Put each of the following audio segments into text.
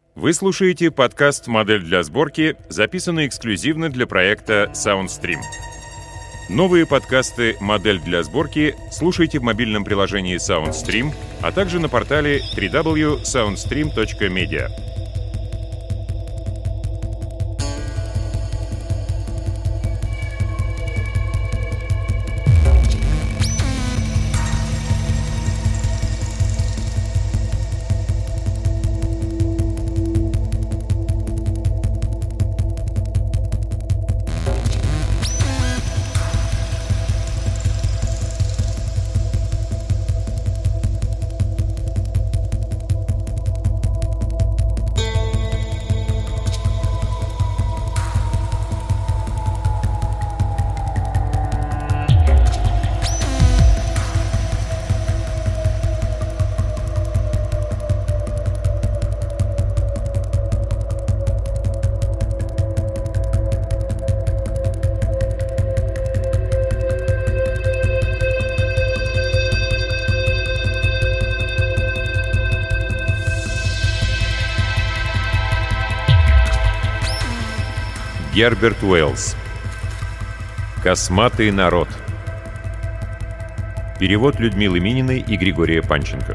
Вы слушаете подкаст «Модель для сборки», записанный эксклюзивно для проекта SoundStream. Новые подкасты «Модель для сборки» слушайте в мобильном приложении SoundStream, а также на портале www.soundstream.media. Герберт Уэллс. «Косматый народ». Перевод Людмилы Мининой и Григория Панченко.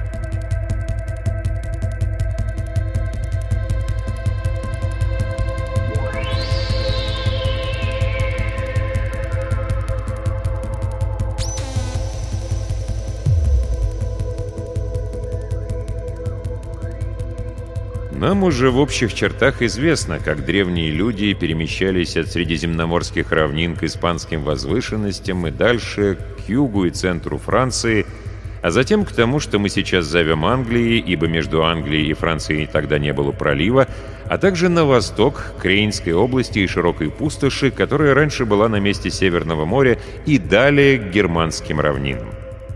Нам уже в общих чертах известно, как древние люди перемещались от средиземноморских равнин к испанским возвышенностям и дальше к югу и центру Франции, а затем к тому, что мы сейчас зовем Англией, ибо между Англией и Францией тогда не было пролива, а также на восток, к Рейнской области и широкой пустоши, которая раньше была на месте Северного моря, и далее к германским равнинам.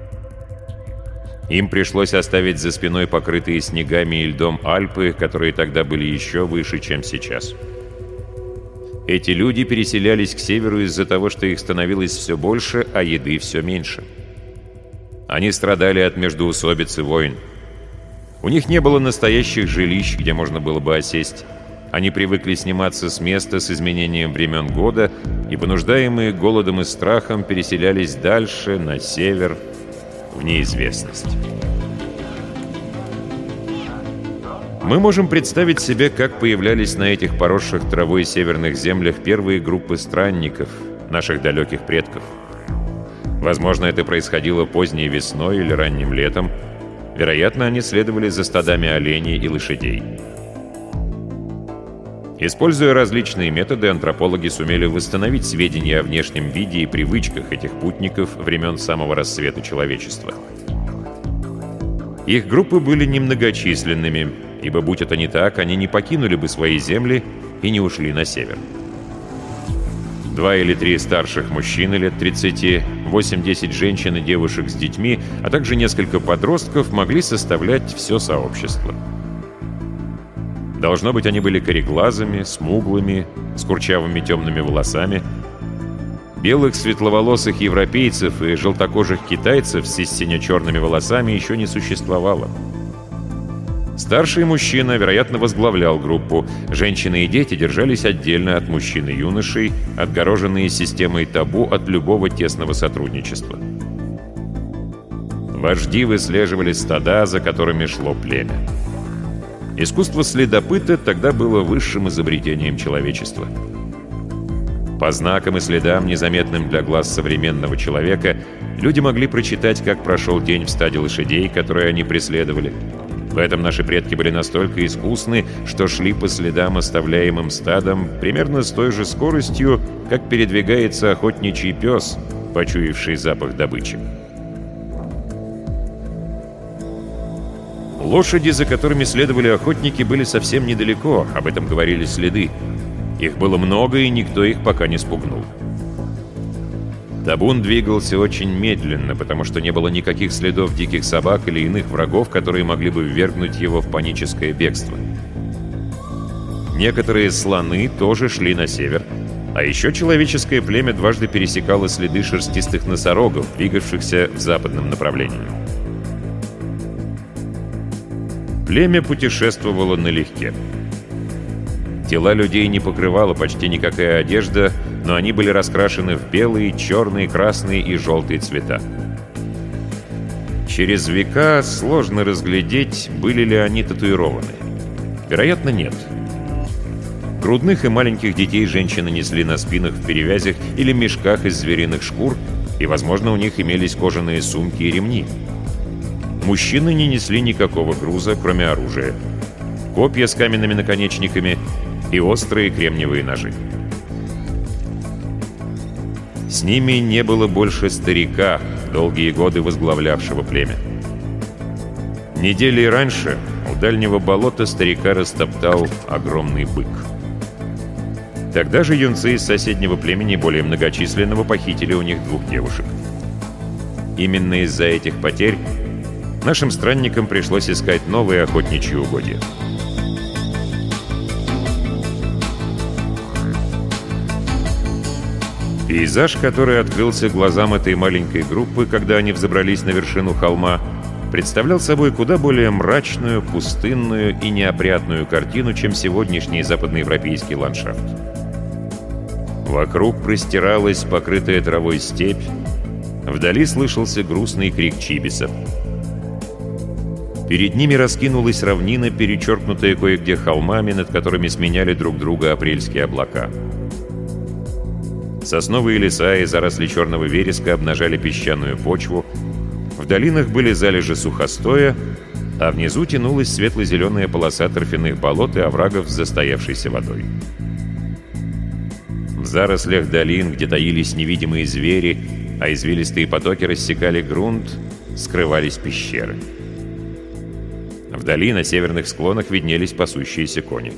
Им пришлось оставить за спиной покрытые снегами и льдом Альпы, которые тогда были еще выше, чем сейчас. Эти люди переселялись к северу из-за того, что их становилось все больше, а еды все меньше. Они страдали от междоусобиц и войн. У них не было настоящих жилищ, где можно было бы осесть. Они привыкли сниматься с места с изменением времен года и, понуждаемые голодом и страхом, переселялись дальше, на север, в неизвестность. Мы можем представить себе, как появлялись на этих поросших травой северных землях первые группы странников, наших далеких предков. Возможно, это происходило поздней весной или ранним летом. Вероятно, они следовали за стадами оленей и лошадей. Используя различные методы, антропологи сумели восстановить сведения о внешнем виде и привычках этих путников времен самого расцвета человечества. Их группы были немногочисленными, ибо, будь это не так, они не покинули бы свои земли и не ушли на север. 2 или 3 старших мужчины лет 30, 8-10 женщин и девушек с детьми, а также несколько подростков могли составлять все сообщество. Должно быть, они были кореглазыми, смуглыми, с курчавыми темными волосами. Белых светловолосых европейцев и желтокожих китайцев с сине-черными волосами еще не существовало. Старший мужчина, вероятно, возглавлял группу. Женщины и дети держались отдельно от мужчин и юношей, отгороженные системой табу от любого тесного сотрудничества. Вожди выслеживали стада, за которыми шло племя. Искусство следопыта тогда было высшим изобретением человечества. По знакам и следам, незаметным для глаз современного человека, люди могли прочитать, как прошел день в стаде лошадей, которые они преследовали. В этом наши предки были настолько искусны, что шли по следам, оставляемым стадом, примерно с той же скоростью, как передвигается охотничий пес, почуявший запах добычи. Лошади, за которыми следовали охотники, были совсем недалеко, об этом говорили следы. Их было много, и никто их пока не спугнул. Табун двигался очень медленно, потому что не было никаких следов диких собак или иных врагов, которые могли бы ввергнуть его в паническое бегство. Некоторые слоны тоже шли на север, а еще человеческое племя дважды пересекало следы шерстистых носорогов, двигавшихся в западном направлении. Племя путешествовало налегке. Тела людей не покрывала почти никакая одежда, но они были раскрашены в белые, черные, красные и желтые цвета. Через века сложно разглядеть, были ли они татуированы. Вероятно, нет. Грудных и маленьких детей женщины несли на спинах в перевязях или мешках из звериных шкур, и, возможно, у них имелись кожаные сумки и ремни. Мужчины не несли никакого груза, кроме оружия. Копья с каменными наконечниками и острые кремниевые ножи. С ними не было больше старика, долгие годы возглавлявшего племя. Недели раньше у дальнего болота старика растоптал огромный бык. Тогда же юнцы из соседнего племени, более многочисленного, похитили у них 2 девушек. Именно из-за этих потерь нашим странникам пришлось искать новые охотничьи угодья. Пейзаж, который открылся глазам этой маленькой группы, когда они взобрались на вершину холма, представлял собой куда более мрачную, пустынную и неопрятную картину, чем сегодняшний западноевропейский ландшафт. Вокруг простиралась покрытая травой степь, вдали слышался грустный крик чибиса. Перед ними раскинулась равнина, перечеркнутая кое-где холмами, над которыми сменяли друг друга апрельские облака. Сосновые леса и заросли черного вереска обнажали песчаную почву, в долинах были залежи сухостоя, а внизу тянулась светло-зеленая полоса торфяных болот и оврагов с застоявшейся водой. В зарослях долин, где таились невидимые звери, а извилистые потоки рассекали грунт, скрывались пещеры. Вдали на северных склонах виднелись пасущиеся кони.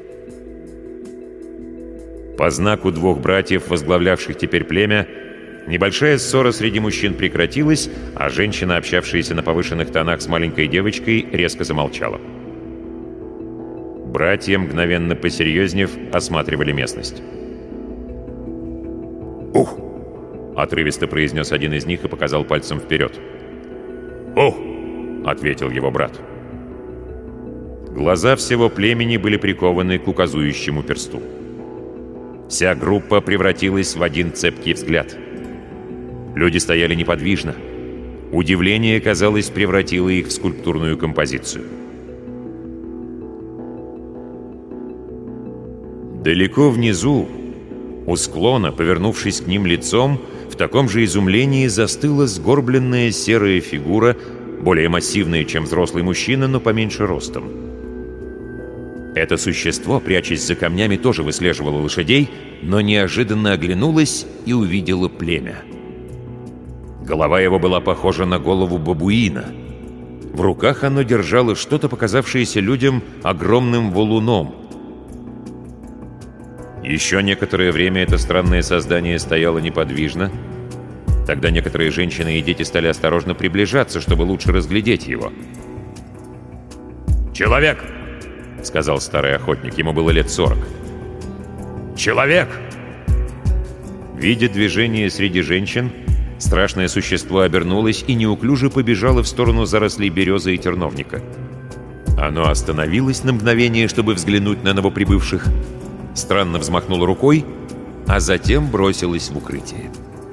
По знаку 2 братьев, возглавлявших теперь племя, небольшая ссора среди мужчин прекратилась, а женщина, общавшаяся на повышенных тонах с маленькой девочкой, резко замолчала. Братья, мгновенно посерьезнев, осматривали местность. «Ух!» — отрывисто произнес один из них и показал пальцем вперед. «Ух!» — ответил его брат. Глаза всего племени были прикованы к указующему персту. Вся группа превратилась в один цепкий взгляд. Люди стояли неподвижно. Удивление, казалось, превратило их в скульптурную композицию. Далеко внизу, у склона, повернувшись к ним лицом, в таком же изумлении застыла сгорбленная серая фигура, более массивная, чем взрослый мужчина, но поменьше ростом. Это существо, прячась за камнями, тоже выслеживало лошадей, но неожиданно оглянулось и увидело племя. Голова его была похожа на голову бабуина. В руках оно держало что-то, показавшееся людям огромным валуном. Еще некоторое время это странное создание стояло неподвижно. Тогда некоторые женщины и дети стали осторожно приближаться, чтобы лучше разглядеть его. «Человек!» — сказал старый охотник. Ему было лет 40. «Человек!» Видя движение среди женщин, страшное существо обернулось и неуклюже побежало в сторону зарослей березы и терновника. Оно остановилось на мгновение, чтобы взглянуть на новоприбывших, странно взмахнуло рукой, а затем бросилось в укрытие.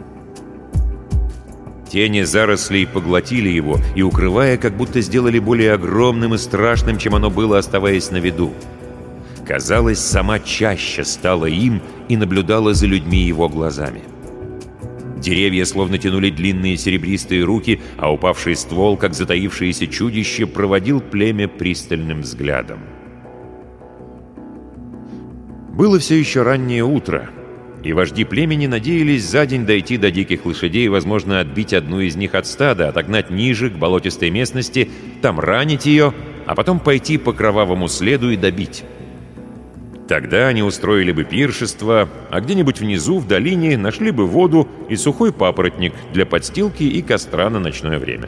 Тени зарослей поглотили его и, укрывая, как будто сделали более огромным и страшным, чем оно было, оставаясь на виду. Казалось, сама чаща стала им и наблюдала за людьми его глазами. Деревья словно тянули длинные серебристые руки, а упавший ствол, как затаившееся чудище, проводил племя пристальным взглядом. Было все еще раннее утро, и вожди племени надеялись за день дойти до диких лошадей и, возможно, отбить одну из них от стада, отогнать ниже, к болотистой местности, там ранить ее, а потом пойти по кровавому следу и добить. Тогда они устроили бы пиршество, а где-нибудь внизу, в долине, нашли бы воду и сухой папоротник для подстилки и костра на ночное время.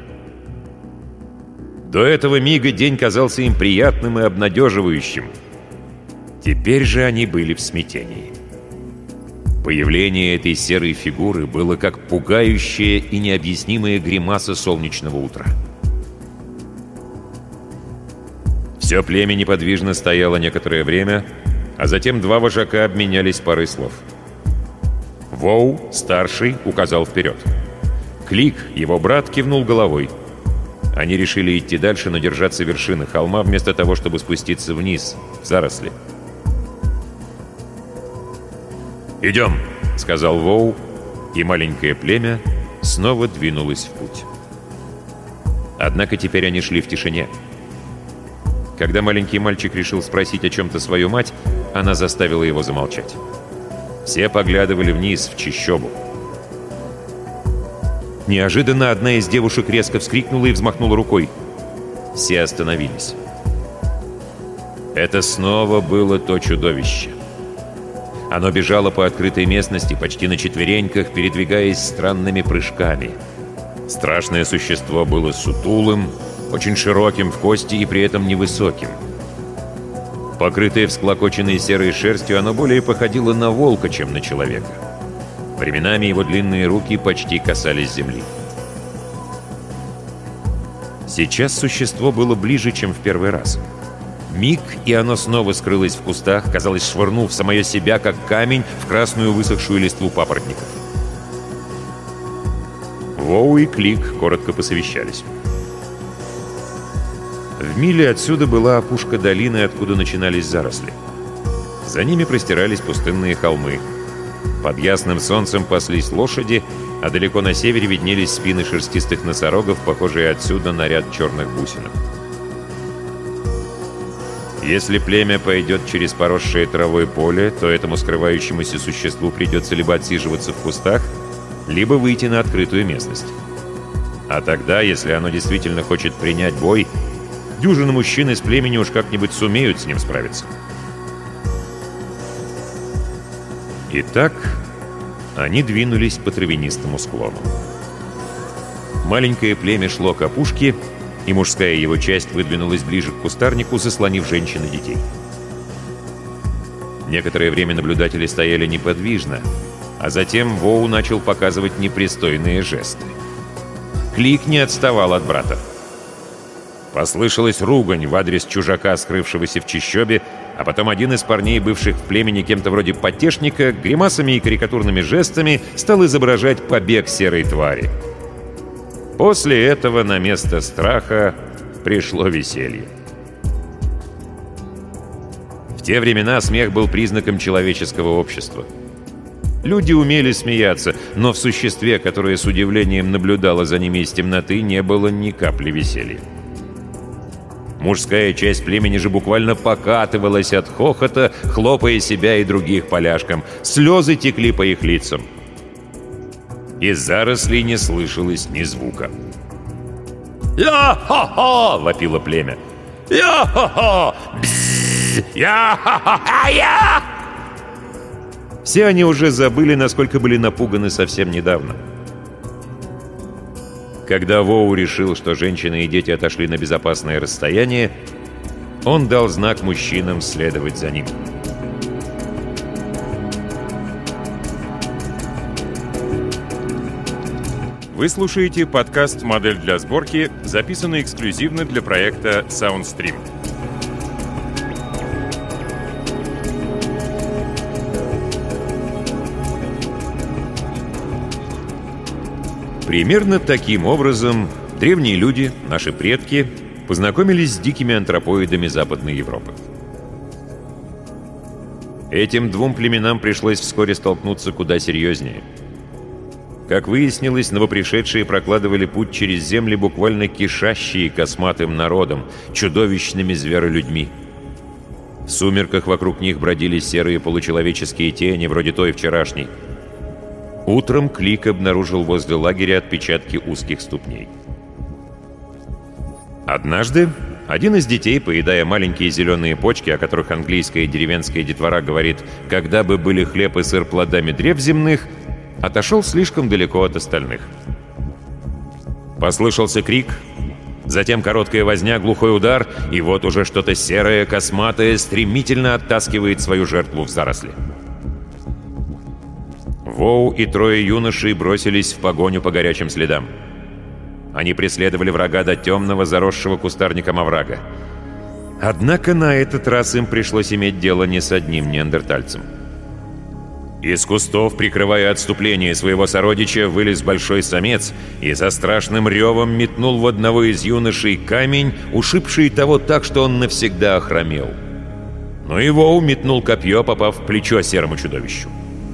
До этого мига день казался им приятным и обнадеживающим. Теперь же они были в смятении. Появление этой серой фигуры было как пугающая и необъяснимая гримаса солнечного утра. Все племя неподвижно стояло некоторое время, а затем два вожака обменялись парой слов. Воу, старший, указал вперед. Клик, его брат, кивнул головой. Они решили идти дальше, но держаться вершины холма, вместо того, чтобы спуститься вниз, в заросли. «Идем», — сказал Воу, и маленькое племя снова двинулось в путь. Однако теперь они шли в тишине. Когда маленький мальчик решил спросить о чем-то свою мать, она заставила его замолчать. Все поглядывали вниз, в чащобу. Неожиданно одна из девушек резко вскрикнула и взмахнула рукой. Все остановились. Это снова было то чудовище. Оно бежало по открытой местности, почти на четвереньках, передвигаясь странными прыжками. Страшное существо было сутулым, очень широким в кости и при этом невысоким. Покрытое всклокоченной серой шерстью, оно более походило на волка, чем на человека. Временами его длинные руки почти касались земли. Сейчас существо было ближе, чем в первый раз. Миг, и оно снова скрылось в кустах, казалось, швырнув самое себя, как камень, в красную высохшую листву папоротников. Воу и Клик коротко посовещались. В миле отсюда была опушка долины, откуда начинались заросли. За ними простирались пустынные холмы. Под ясным солнцем паслись лошади, а далеко на севере виднелись спины шерстистых носорогов, похожие отсюда на ряд черных бусинок. Если племя пойдет через поросшее травой поле, то этому скрывающемуся существу придется либо отсиживаться в кустах, либо выйти на открытую местность. А тогда, если оно действительно хочет принять бой, дюжина мужчин из племени уж как-нибудь сумеют с ним справиться. Итак, они двинулись по травянистому склону. Маленькое племя шло к опушке, и мужская его часть выдвинулась ближе к кустарнику, заслонив женщин и детей. Некоторое время наблюдатели стояли неподвижно, а затем Воу начал показывать непристойные жесты. Клик не отставал от брата. Послышалась ругань в адрес чужака, скрывшегося в чащобе, а потом один из парней, бывших в племени кем-то вроде потешника, гримасами и карикатурными жестами стал изображать побег серой твари. После этого на место страха пришло веселье. В те времена смех был признаком человеческого общества. Люди умели смеяться, но в существе, которое с удивлением наблюдало за ними из темноты, не было ни капли веселья. Мужская часть племени же буквально покатывалась от хохота, хлопая себя и других поляшком. Слезы текли по их лицам. Из зарослей не слышалось ни звука. «Я-хо-хо!» — вопило племя. «Я-хо-хо! Бзззз! Я-хо-хо! Я!» Все они уже забыли, насколько были напуганы совсем недавно. Когда Воу решил, что женщины и дети отошли на безопасное расстояние, он дал знак мужчинам следовать за ним. Вы слушаете подкаст «Модель для сборки», записанный эксклюзивно для проекта SoundStream. Примерно таким образом древние люди, наши предки, познакомились с дикими антропоидами Западной Европы. Этим двум племенам пришлось вскоре столкнуться куда серьезнее. Как выяснилось, новопришедшие прокладывали путь через земли, буквально кишащие косматым народом, чудовищными зверолюдьми. В сумерках вокруг них бродили серые получеловеческие тени, вроде той вчерашней. Утром Клик обнаружил возле лагеря отпечатки узких ступней. Однажды один из детей, поедая маленькие зеленые почки, о которых английская деревенская детвора говорит «когда бы были хлеб и сыр плодами древ земных», отошел слишком далеко от остальных. Послышался крик, затем короткая возня, глухой удар, и вот уже что-то серое, косматое стремительно оттаскивает свою жертву в заросли. Воу и трое юношей бросились в погоню по горячим следам. Они преследовали врага до темного, заросшего кустарником оврага. Однако на этот раз им пришлось иметь дело не с одним неандертальцем. Из кустов, прикрывая отступление своего сородича, вылез большой самец и со страшным ревом метнул в одного из юношей камень, ушибший того так, что он навсегда охромел. Но его метнул копье, попав в плечо серому чудовищу.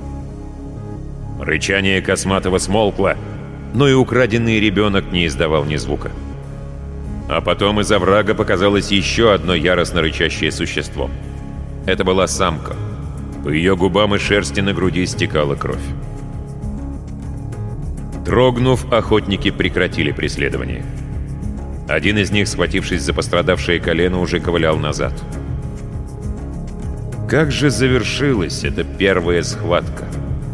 Рычание Косматого смолкло, но и украденный ребенок не издавал ни звука. А потом из оврага показалось еще одно яростно рычащее существо. Это была самка. По ее губам и шерсти на груди стекала кровь. Дрогнув, охотники прекратили преследование. Один из них, схватившись за пострадавшее колено, уже ковылял назад. Как же завершилась эта первая схватка?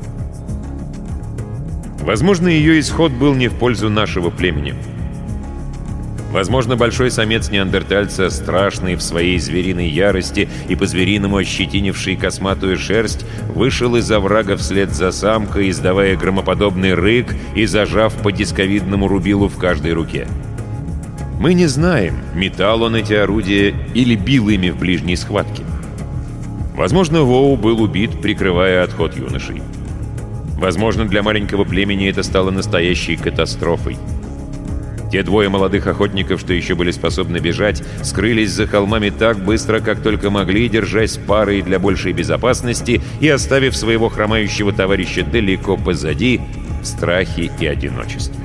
Возможно, ее исход был не в пользу нашего племени. Возможно, большой самец неандертальца, страшный в своей звериной ярости и по-звериному ощетинивший косматую шерсть, вышел из оврага вслед за самкой, издавая громоподобный рык и зажав по дисковидному рубилу в каждой руке. Мы не знаем, метал он эти орудия или бил ими в ближней схватке. Возможно, Воу был убит, прикрывая отход юношей. Возможно, для маленького племени это стало настоящей катастрофой. Те двое молодых охотников, что еще были способны бежать, скрылись за холмами так быстро, как только могли, держась парой для большей безопасности и оставив своего хромающего товарища далеко позади, в страхе и одиночестве.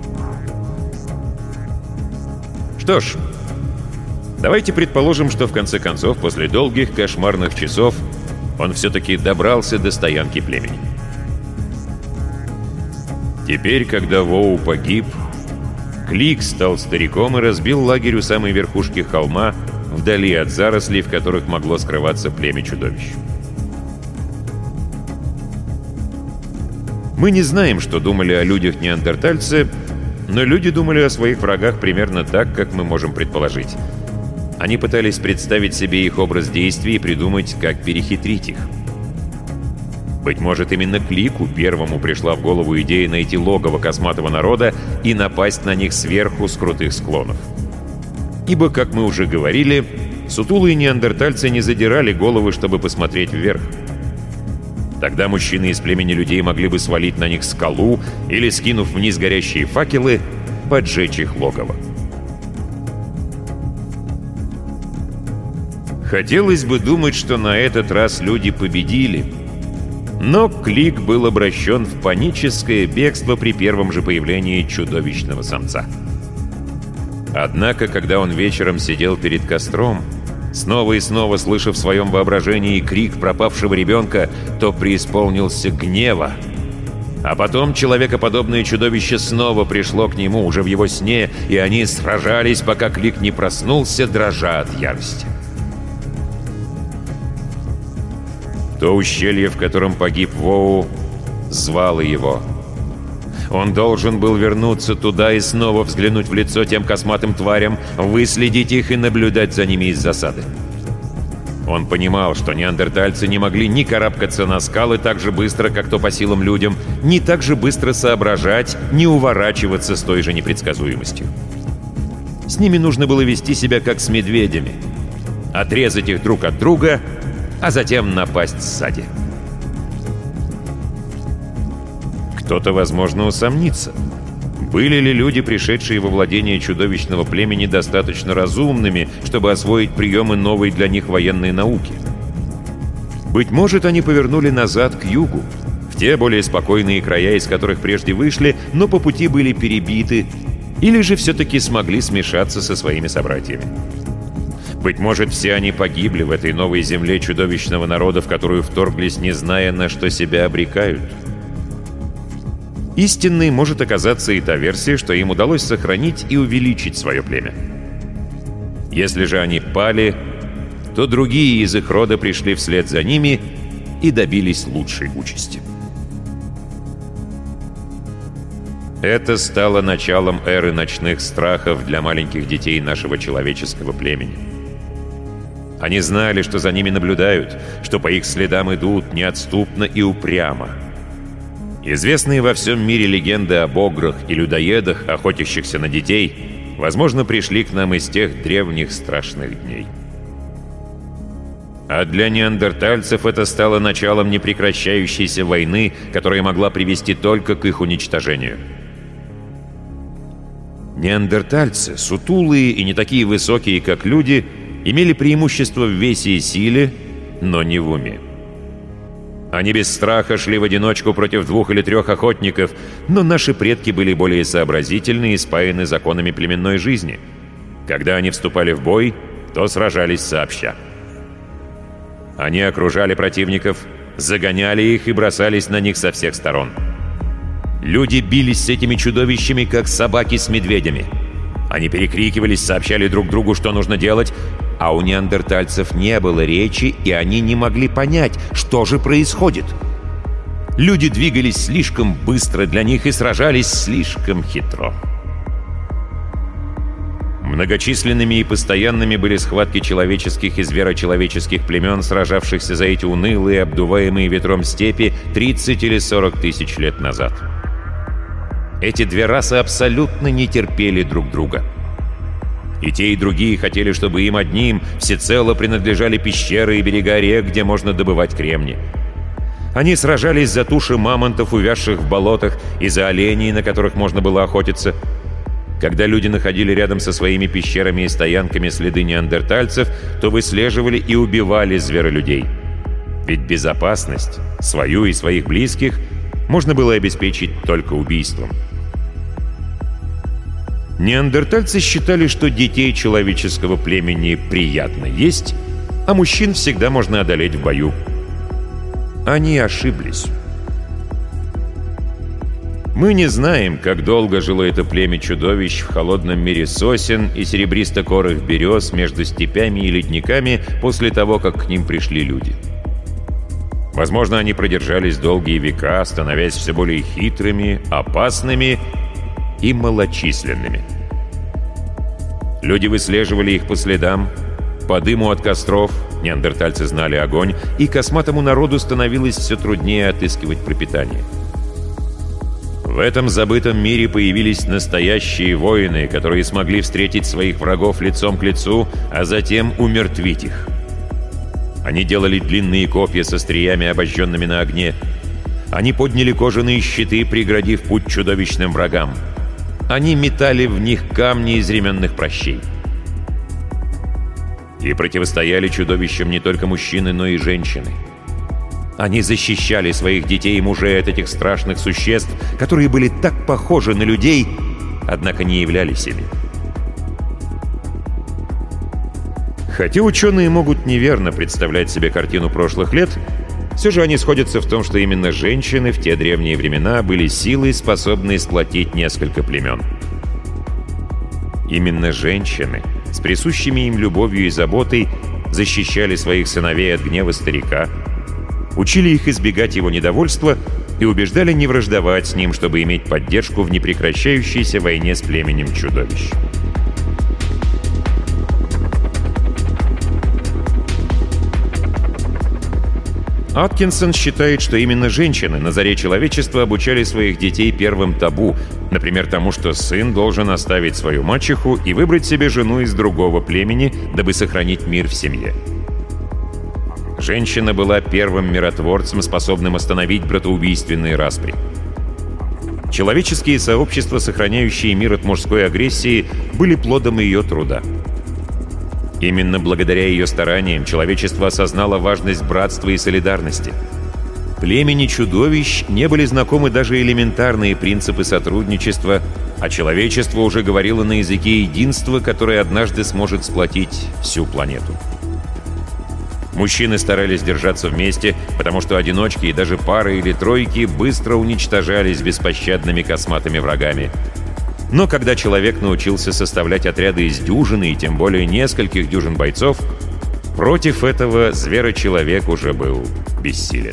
Что ж, давайте предположим, что в конце концов, после долгих кошмарных часов, он все-таки добрался до стоянки племени. Теперь, когда Воу погиб, Клик стал стариком и разбил лагерь у самой верхушки холма, вдали от зарослей, в которых могло скрываться племя чудовищ. Мы не знаем, что думали о людях неандертальцы, но люди думали о своих врагах примерно так, как мы можем предположить. Они пытались представить себе их образ действий и придумать, как перехитрить их. Быть может, именно Клику первому пришла в голову идея найти логово косматого народа и напасть на них сверху с крутых склонов. Ибо, как мы уже говорили, сутулые неандертальцы не задирали головы, чтобы посмотреть вверх. Тогда мужчины из племени людей могли бы свалить на них скалу или, скинув вниз горящие факелы, поджечь их логово. Хотелось бы думать, что на этот раз люди победили. Но Клик был обращен в паническое бегство при первом же появлении чудовищного самца. Однако, когда он вечером сидел перед костром, снова и снова слыша в своем воображении крик пропавшего ребенка, то преисполнился гнева. А потом человекоподобное чудовище снова пришло к нему, уже в его сне, и они сражались, пока Клик не проснулся, дрожа от ярости. То ущелье, в котором погиб Воу, звало его. Он должен был вернуться туда и снова взглянуть в лицо тем косматым тварям, выследить их и наблюдать за ними из засады. Он понимал, что неандертальцы не могли ни карабкаться на скалы так же быстро, как то по силам людям, ни так же быстро соображать, ни уворачиваться с той же непредсказуемостью. С ними нужно было вести себя как с медведями. Отрезать их друг от друга, а затем напасть сзади. Кто-то, возможно, усомнится. Были ли люди, пришедшие во владение чудовищного племени, достаточно разумными, чтобы освоить приемы новой для них военной науки? Быть может, они повернули назад к югу, в те более спокойные края, из которых прежде вышли, но по пути были перебиты, или же все-таки смогли смешаться со своими собратьями. Быть может, все они погибли в этой новой земле чудовищного народа, в которую вторглись, не зная, на что себя обрекают. Истинной может оказаться и та версия, что им удалось сохранить и увеличить свое племя. Если же они пали, то другие из их рода пришли вслед за ними и добились лучшей участи. Это стало началом эры ночных страхов для маленьких детей нашего человеческого племени. Они знали, что за ними наблюдают, что по их следам идут неотступно и упрямо. Известные во всем мире легенды об ограх и людоедах, охотящихся на детей, возможно, пришли к нам из тех древних страшных дней. А для неандертальцев это стало началом непрекращающейся войны, которая могла привести только к их уничтожению. Неандертальцы, сутулые и не такие высокие, как люди, имели преимущество в весе и силе, но не в уме. Они без страха шли в одиночку против 2 или 3 охотников, но наши предки были более сообразительны и спаяны законами племенной жизни. Когда они вступали в бой, то сражались сообща. Они окружали противников, загоняли их и бросались на них со всех сторон. Люди бились с этими чудовищами, как собаки с медведями. Они перекрикивались, сообщали друг другу, что нужно делать, а у неандертальцев не было речи, и они не могли понять, что же происходит. Люди двигались слишком быстро для них и сражались слишком хитро. Многочисленными и постоянными были схватки человеческих и зверочеловеческих племен, сражавшихся за эти унылые, обдуваемые ветром степи 30 или 40 тысяч лет назад. Эти две расы абсолютно не терпели друг друга. И те, и другие хотели, чтобы им одним всецело принадлежали пещеры и берега рек, где можно добывать кремний. Они сражались за туши мамонтов, увязших в болотах, и за оленей, на которых можно было охотиться. Когда люди находили рядом со своими пещерами и стоянками следы неандертальцев, то выслеживали и убивали зверолюдей. Ведь безопасность, свою и своих близких, можно было обеспечить только убийством. Неандертальцы считали, что детей человеческого племени приятно есть, а мужчин всегда можно одолеть в бою. Они ошиблись. Мы не знаем, как долго жило это племя чудовищ в холодном мире сосен и серебристо-корых берез между степями и ледниками после того, как к ним пришли люди. Возможно, они продержались долгие века, становясь все более хитрыми, опасными и малочисленными. Люди выслеживали их по следам, по дыму от костров, неандертальцы знали огонь, и косматому народу становилось все труднее отыскивать пропитание. В этом забытом мире появились настоящие воины, которые смогли встретить своих врагов лицом к лицу, а затем умертвить их. Они делали длинные копья со остриями, обожженными на огне. Они подняли кожаные щиты, преградив путь чудовищным врагам. Они метали в них камни из ременных прощей. И противостояли чудовищам не только мужчины, но и женщины. Они защищали своих детей и мужей от этих страшных существ, которые были так похожи на людей, однако не являлись ими. Хотя ученые могут неверно представлять себе картину прошлых лет, все же они сходятся в том, что именно женщины в те древние времена были силой, способной сплотить несколько племен. Именно женщины, с присущими им любовью и заботой, защищали своих сыновей от гнева старика, учили их избегать его недовольства и убеждали не враждовать с ним, чтобы иметь поддержку в непрекращающейся войне с племенем чудовищ. Аткинсон считает, что именно женщины на заре человечества обучали своих детей первым табу, например, тому, что сын должен оставить свою мачеху и выбрать себе жену из другого племени, дабы сохранить мир в семье. Женщина была первым миротворцем, способным остановить братоубийственные распри. Человеческие сообщества, сохраняющие мир от мужской агрессии, были плодом ее труда. Именно благодаря ее стараниям человечество осознало важность братства и солидарности. Племени чудовищ не были знакомы даже элементарные принципы сотрудничества, а человечество уже говорило на языке единства, которое однажды сможет сплотить всю планету. Мужчины старались держаться вместе, потому что одиночки и даже пары или тройки быстро уничтожались беспощадными косматыми врагами. Но когда человек научился составлять отряды из дюжины и тем более нескольких дюжин бойцов, против этого зверочеловек уже был бессилен.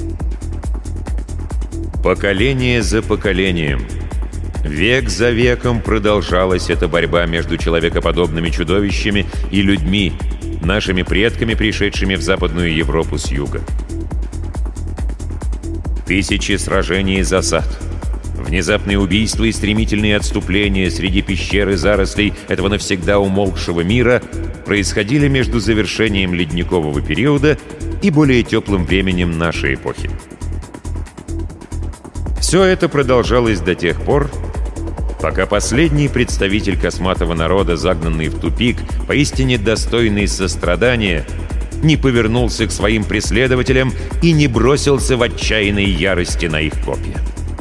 Поколение за поколением, век за веком продолжалась эта борьба между человекоподобными чудовищами и людьми, нашими предками, пришедшими в Западную Европу с юга. Тысячи сражений и засад, Внезапные убийства и стремительные отступления среди пещер и зарослей этого навсегда умолкшего мира происходили между завершением ледникового периода и более теплым временем нашей эпохи. Все это продолжалось до тех пор, пока последний представитель косматого народа, загнанный в тупик, поистине достойный сострадания, не повернулся к своим преследователям и не бросился в отчаянной ярости на их копья.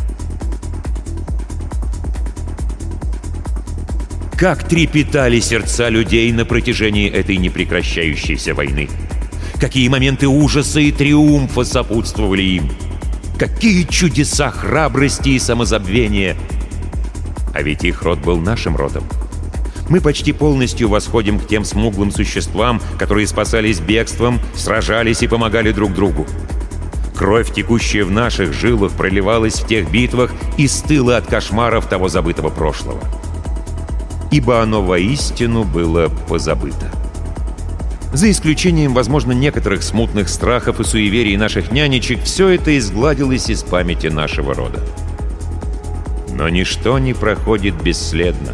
Как трепетали сердца людей на протяжении этой непрекращающейся войны! Какие моменты ужаса и триумфа сопутствовали им! Какие чудеса храбрости и самозабвения! А ведь их род был нашим родом. Мы почти полностью восходим к тем смуглым существам, которые спасались бегством, сражались и помогали друг другу. Кровь, текущая в наших жилах, проливалась в тех битвах и стыла от кошмаров того забытого прошлого. Ибо оно воистину было позабыто. За исключением, возможно, некоторых смутных страхов и суеверий наших нянечек, все это изгладилось из памяти нашего рода. Но ничто не проходит бесследно.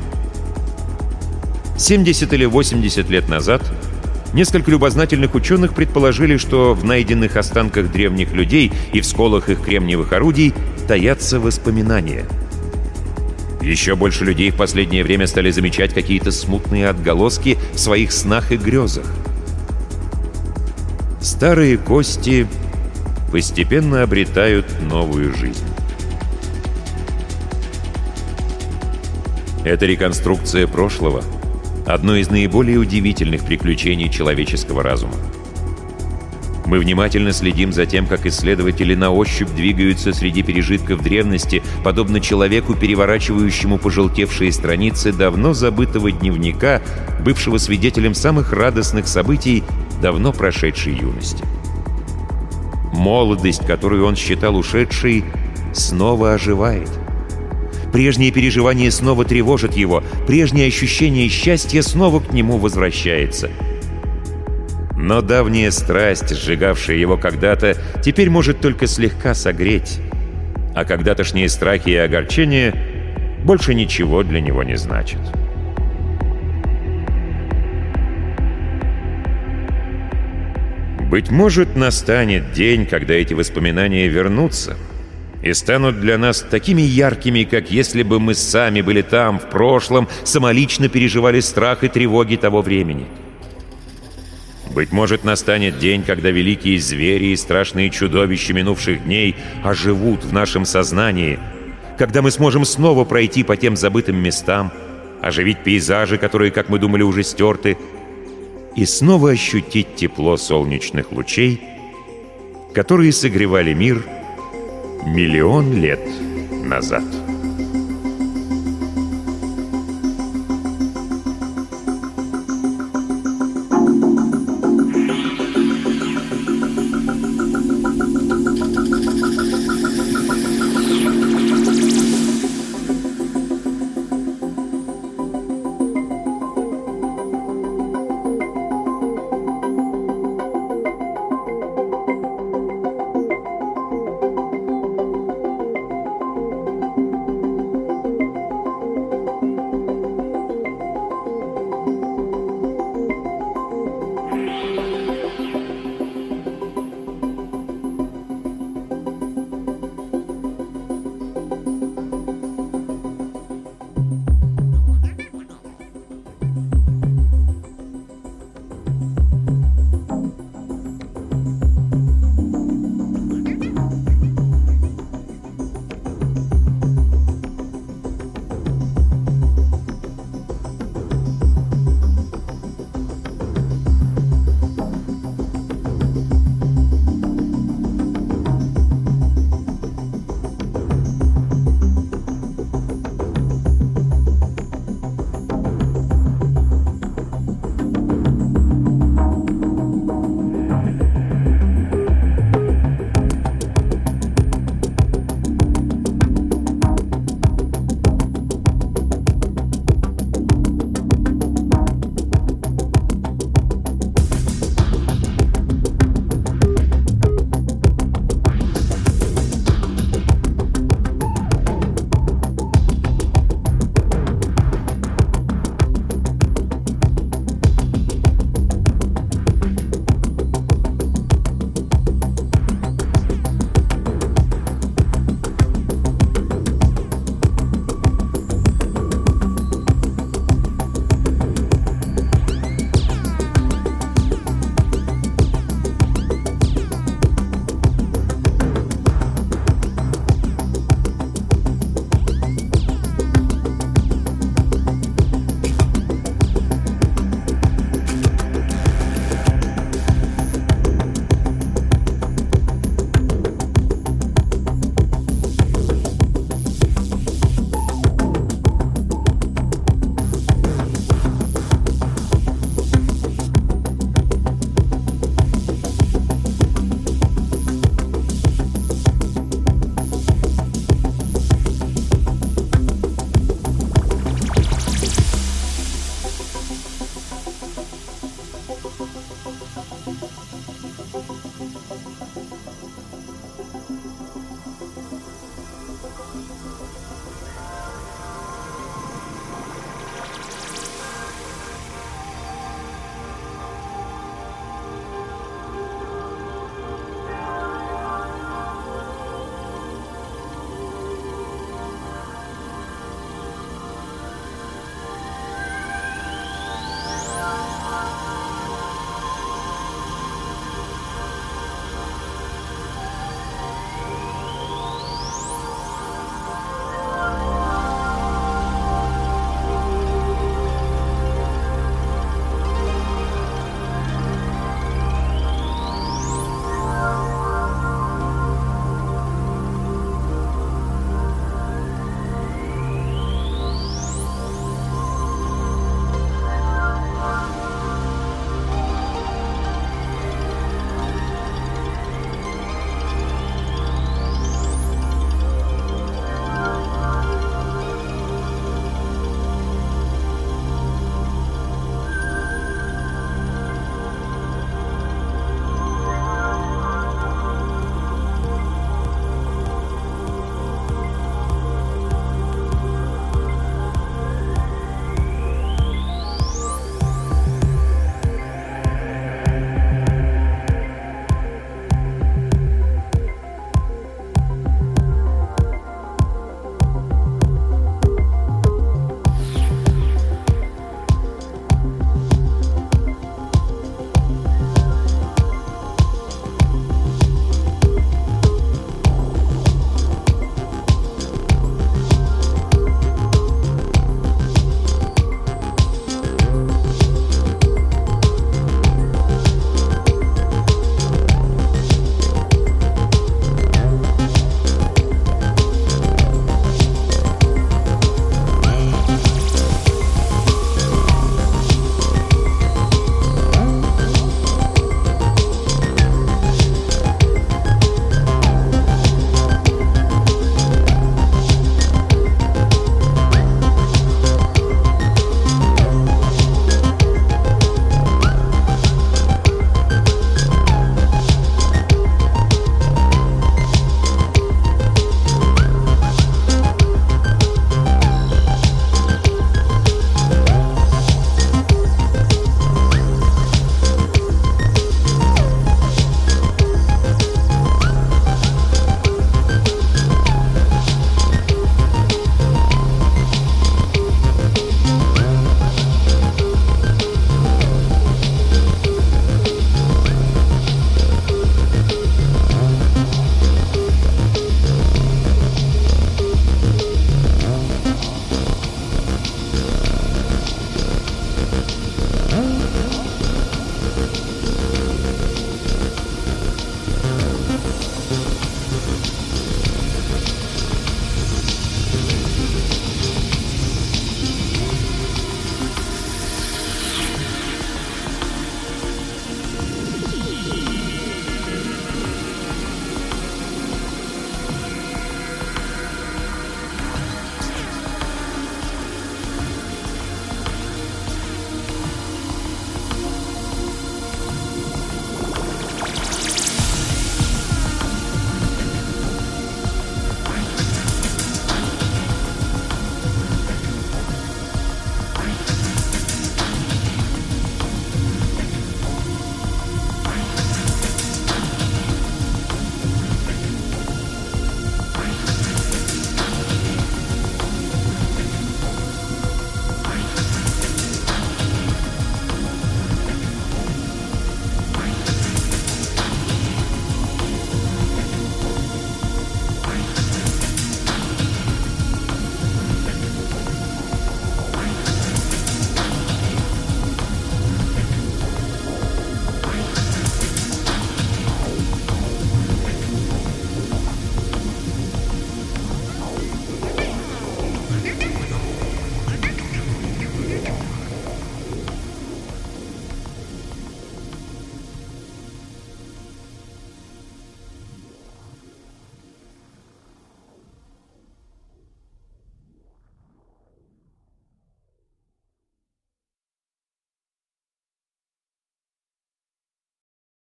70 или 80 лет назад несколько любознательных ученых предположили, что в найденных останках древних людей и в сколах их кремниевых орудий таятся воспоминания. Еще больше людей в последнее время стали замечать какие-то смутные отголоски в своих снах и грезах. Старые кости постепенно обретают новую жизнь. Эта реконструкция прошлого — одно из наиболее удивительных приключений человеческого разума. Мы внимательно следим за тем, как исследователи на ощупь двигаются среди пережитков древности, подобно человеку, переворачивающему пожелтевшие страницы давно забытого дневника, бывшего свидетелем самых радостных событий давно прошедшей юности. Молодость, которую он считал ушедшей, снова оживает. Прежние переживания снова тревожат его, прежнее ощущение счастья снова к нему возвращается. Но давняя страсть, сжигавшая его когда-то, теперь может только слегка согреть, а когда-тошние страхи и огорчения больше ничего для него не значат. Быть может, настанет день, когда эти воспоминания вернутся и станут для нас такими яркими, как если бы мы сами были там, в прошлом, самолично переживали страх и тревоги того времени. Быть может, настанет день, когда великие звери и страшные чудовища минувших дней оживут в нашем сознании, когда мы сможем снова пройти по тем забытым местам, оживить пейзажи, которые, как мы думали, уже стерты, и снова ощутить тепло солнечных лучей, которые согревали мир миллион лет назад.